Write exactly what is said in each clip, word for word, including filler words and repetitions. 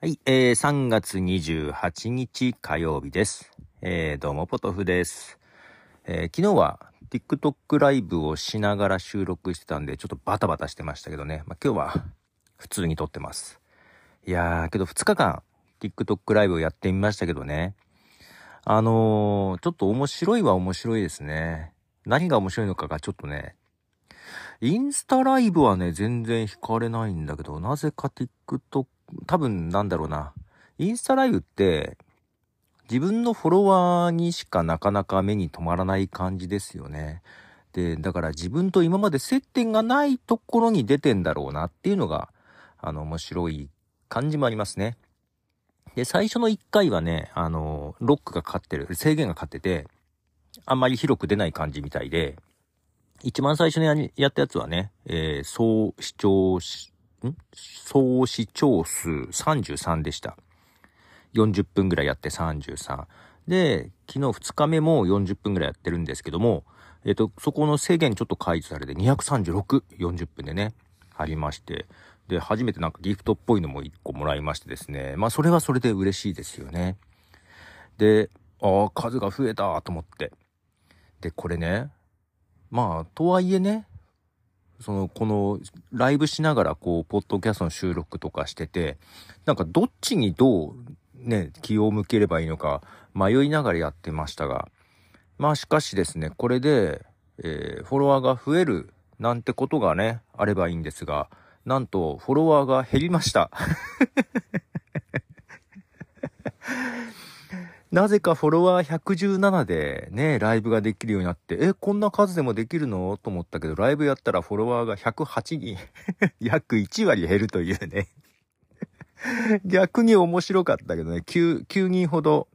はい、えー、さんがつにじゅうはちにち火曜日です。えー、どうもポトフです。えー、昨日は TikTok ライブをしながら収録してたんで、ちょっとバタバタしてましたけどね。まあ、今日は普通に撮ってます。いやー、けどふつかかん TikTok ライブをやってみましたけどね。あのー、ちょっと面白いは面白いですね。何が面白いのかがちょっとね、インスタライブはね、全然惹かれないんだけど、なぜか TikTok、多分なんだろうな。インスタライブって、自分のフォロワーにしかなかなか目に留まらない感じですよね。で、だから自分と今まで接点がないところに出てんだろうなっていうのが、あの、面白い感じもありますね。で、最初のいっかいはね、あの、ロックがかかってる、制限がかかってて、あんまり広く出ない感じみたいで、一番最初に や, やったやつはね、えー、総視聴し、ん総視聴数さんじゅうさんでした。よんじゅっぷんぐらいやってさんじゅうさん。で、昨日ふつかめもよんじゅっぷんぐらいやってるんですけども、えっと、そこの制限ちょっと解除されてにひゃくさんじゅうろく、よんじゅっぷんでね、ありまして。で、初めてなんかギフトっぽいのもいっこもらいましてですね。まあ、それはそれで嬉しいですよね。で、ああ、数が増えたと思って。で、これね、まあ、とはいえね、その、この、ライブしながら、こう、ポッドキャストの収録とかしてて、なんか、どっちにどう、ね、気を向ければいいのか、迷いながらやってましたが、まあ、しかしですね、これで、えー、フォロワーが増える、なんてことがね、あればいいんですが、なんと、フォロワーが減りました。なぜかフォロワーひゃくじゅうななでね、ライブができるようになって、え、こんな数でもできるのと思ったけど、ライブやったらフォロワーがひゃくはちにん、約いちわり減るというね。逆に面白かったけどね、きゅう、きゅうにんほど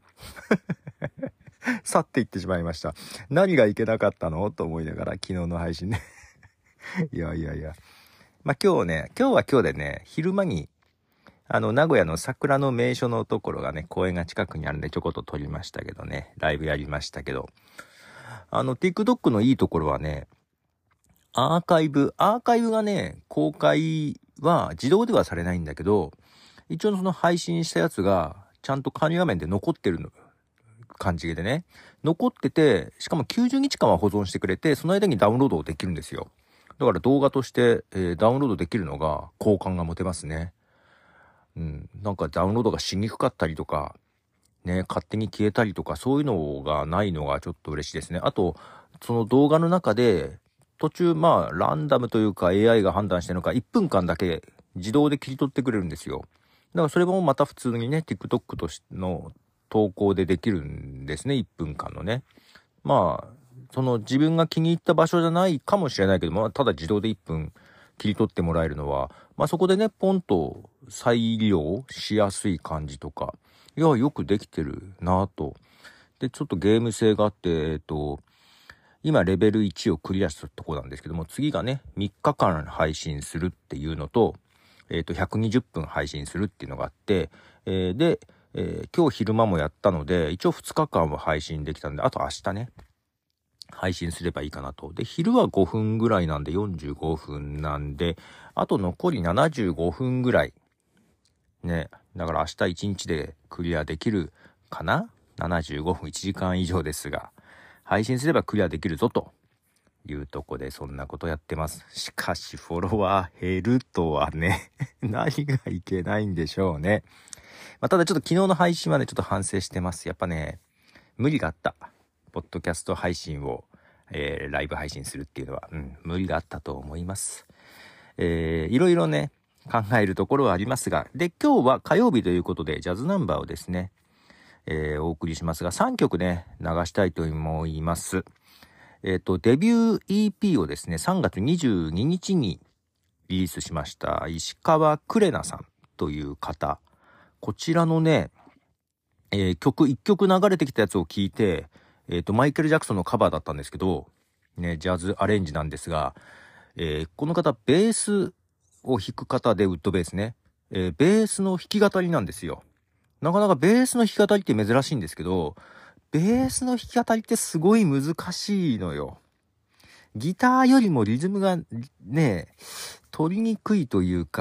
去っていってしまいました。何がいけなかったのと思いながら昨日の配信ね。いやいやいや。まあ、今日ね、今日は今日でね、昼間にあの、名古屋の桜の名所のところがね、公園が近くにあるんでちょこっと撮りましたけどね、ライブやりましたけど、あの、TikTok のいいところはね、アーカイブ、アーカイブがね、公開は自動ではされないんだけど、一応その配信したやつが、ちゃんと管理画面で残ってる感じでね、残ってて、しかもきゅうじゅうにちかんは保存してくれて、その間にダウンロードできるんですよ。だから動画として、えー、ダウンロードできるのが好感が持てますね。うん、なんかダウンロードがしにくかったりとか、ね、勝手に消えたりとか、そういうのがないのがちょっと嬉しいですね。あと、その動画の中で、途中、まあ、ランダムというか エーアイ が判断してるのか、いっぷんかんだけ自動で切り取ってくれるんですよ。だからそれもまた普通にね、TikTok としての投稿でできるんですね、いっぷんかんのね。まあ、その自分が気に入った場所じゃないかもしれないけども、ただ自動でいっぷん切り取ってもらえるのは、まあそこでね、ポンと再利用しやすい感じとか、いや、よくできてるなぁと。で、ちょっとゲーム性があって、えっと、今レベルいちをクリアしたとこなんですけども、次がね、みっかかん配信するっていうのと、えっと、ひゃくにじゅっぷん配信するっていうのがあって、えー、で、えー、今日昼間もやったので、一応ふつかかんは配信できたんで、あと明日ね、配信すればいいかなと。で、昼はごふんぐらいなんでよんじゅうごふんなんで、あと残りななじゅうごふんぐらい。ね。だから明日いちにちでクリアできるかな ?ななじゅうごふん、いちじかん以上ですが、配信すればクリアできるぞというとこでそんなことやってます。しかしフォロワー減るとはね、何がいけないんでしょうね。まあ、ただちょっと昨日の配信はね、ちょっと反省してます。やっぱね、無理があった。ポッドキャスト配信を、えー、ライブ配信するっていうのは、うん、無理があったと思います。えー、いろいろね、考えるところはありますが、で、今日は火曜日ということで、ジャズナンバーをですね、えー、お送りしますが、さんきょくね、流したいと思います。えっと、デビュー イーピー をですね、さんがつにじゅうににちにリリースしました、石川クレナさんという方。こちらのね、えー、曲、いっきょく流れてきたやつを聞いて、えっと、マイケル・ジャクソンのカバーだったんですけど、ね、ジャズアレンジなんですが、えー、この方、ベースを弾く方で、ウッドベースね。えー、ベースの弾き語りなんですよ。なかなかベースの弾き語りって珍しいんですけど、ベースの弾き語りってすごい難しいのよ。ギターよりもリズムがね、取りにくいというか、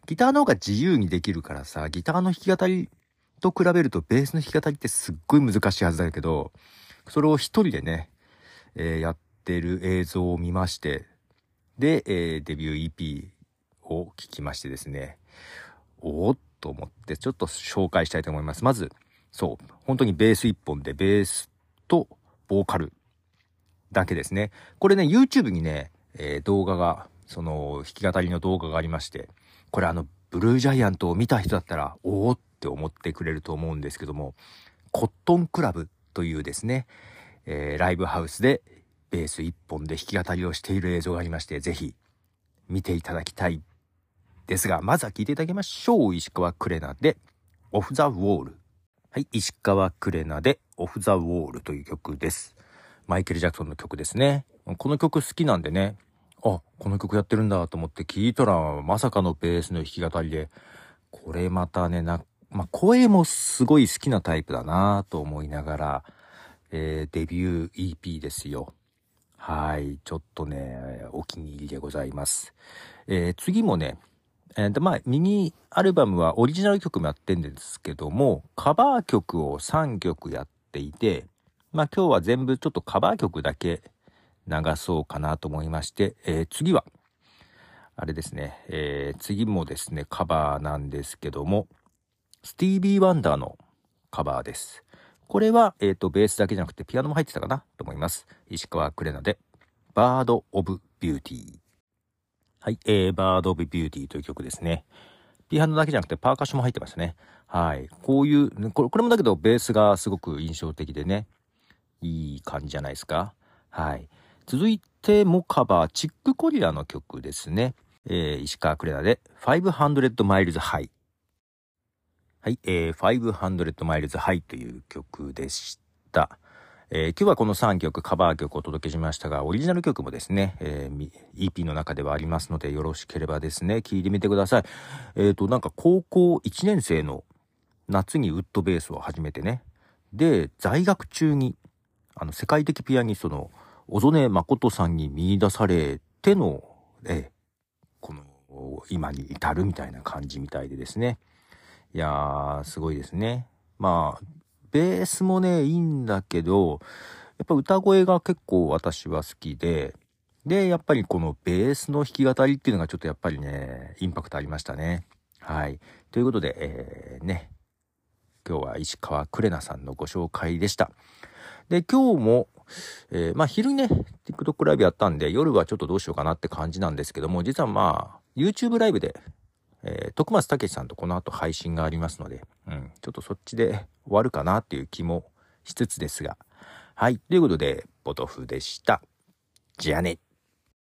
ギターの方が自由にできるからさ、ギターの弾き語りと比べるとベースの弾き語りってすっごい難しいはずだけど、それを一人でね、えー、やってる映像を見まして、で、えー、デビュー イーピー を聞きましてですね、おーっと思ってちょっと紹介したいと思います。まず、そう、本当にベース一本で、ベースとボーカルだけですね。これね、YouTube にね、えー、動画が、その弾き語りの動画がありまして、これあの、ブルージャイアントを見た人だったら、おーって思ってくれると思うんですけども、コットンクラブというですね、えー、ライブハウスでベース一本で弾き語りをしている映像がありまして、ぜひ見ていただきたいですが、まずは聴いていただきましょう。石川クレナでオフ・ザ・ウォール。はい、石川クレナでオフ・ザ・ウォールという曲です。マイケル・ジャクソンの曲ですね。この曲好きなんでね、あ、この曲やってるんだと思って聞いたら、まさかのベースの弾き語りで、これまたね、な、まあ、声もすごい好きなタイプだなと思いながら、えー、デビュー イーピー ですよ。はい、ちょっとね、お気に入りでございます。えー、次もね、えー、でまあ、ミニアルバムはオリジナル曲もやってんですけども、カバー曲をさんきょくやっていて、まあ今日は全部ちょっとカバー曲だけ流そうかなと思いまして、えー、次は、あれですね、えー、次もですね、カバーなんですけども、スティービー・ワンダーのカバーです。これは、えっと、ベースだけじゃなくてピアノも入ってたかなと思います。石川クレナで、バード・オブ・ビューティー。はい、えー、バード・オブ・ビューティーという曲ですね。ピアノだけじゃなくてパーカッションも入ってましたね。はい。こういう、これ、これもだけどベースがすごく印象的でね、いい感じじゃないですか。はい。続いてもカバー、チック・コリラの曲ですね。えー、石川クレナで、ファイブハンドレッドマイルズ・ハイ。はい、えー、ファイブハンドレッドマイルズ・ハイという曲でした。えー、今日はこのさんきょくカバー曲をお届けしましたが、オリジナル曲もですね、えー、イーピー の中ではありますので、よろしければですね、聴いてみてください。えっと、なんか高校いちねん生の夏にウッドベースを始めてね、で、在学中に、あの、世界的ピアニストの小曽根誠さんに見出されての、えー、この、今に至るみたいな感じみたいでですね。いやー、すごいですね。まあ、ベースもね、いいんだけど、やっぱ歌声が結構私は好きで、で、やっぱりこのベースの弾き語りっていうのがちょっとやっぱりね、インパクトありましたね。はい。ということで、えー、ね、今日は石川クレナさんのご紹介でした。で、今日も、えー、まあ昼にね、TikTok ライブやったんで、夜はちょっとどうしようかなって感じなんですけども、実はまあ、YouTube ライブで、えー、徳松武さんとこの後配信がありますので、うん、ちょっとそっちで終わるかなっていう気もしつつですが。はい。ということで、ポトフでした。じゃあね。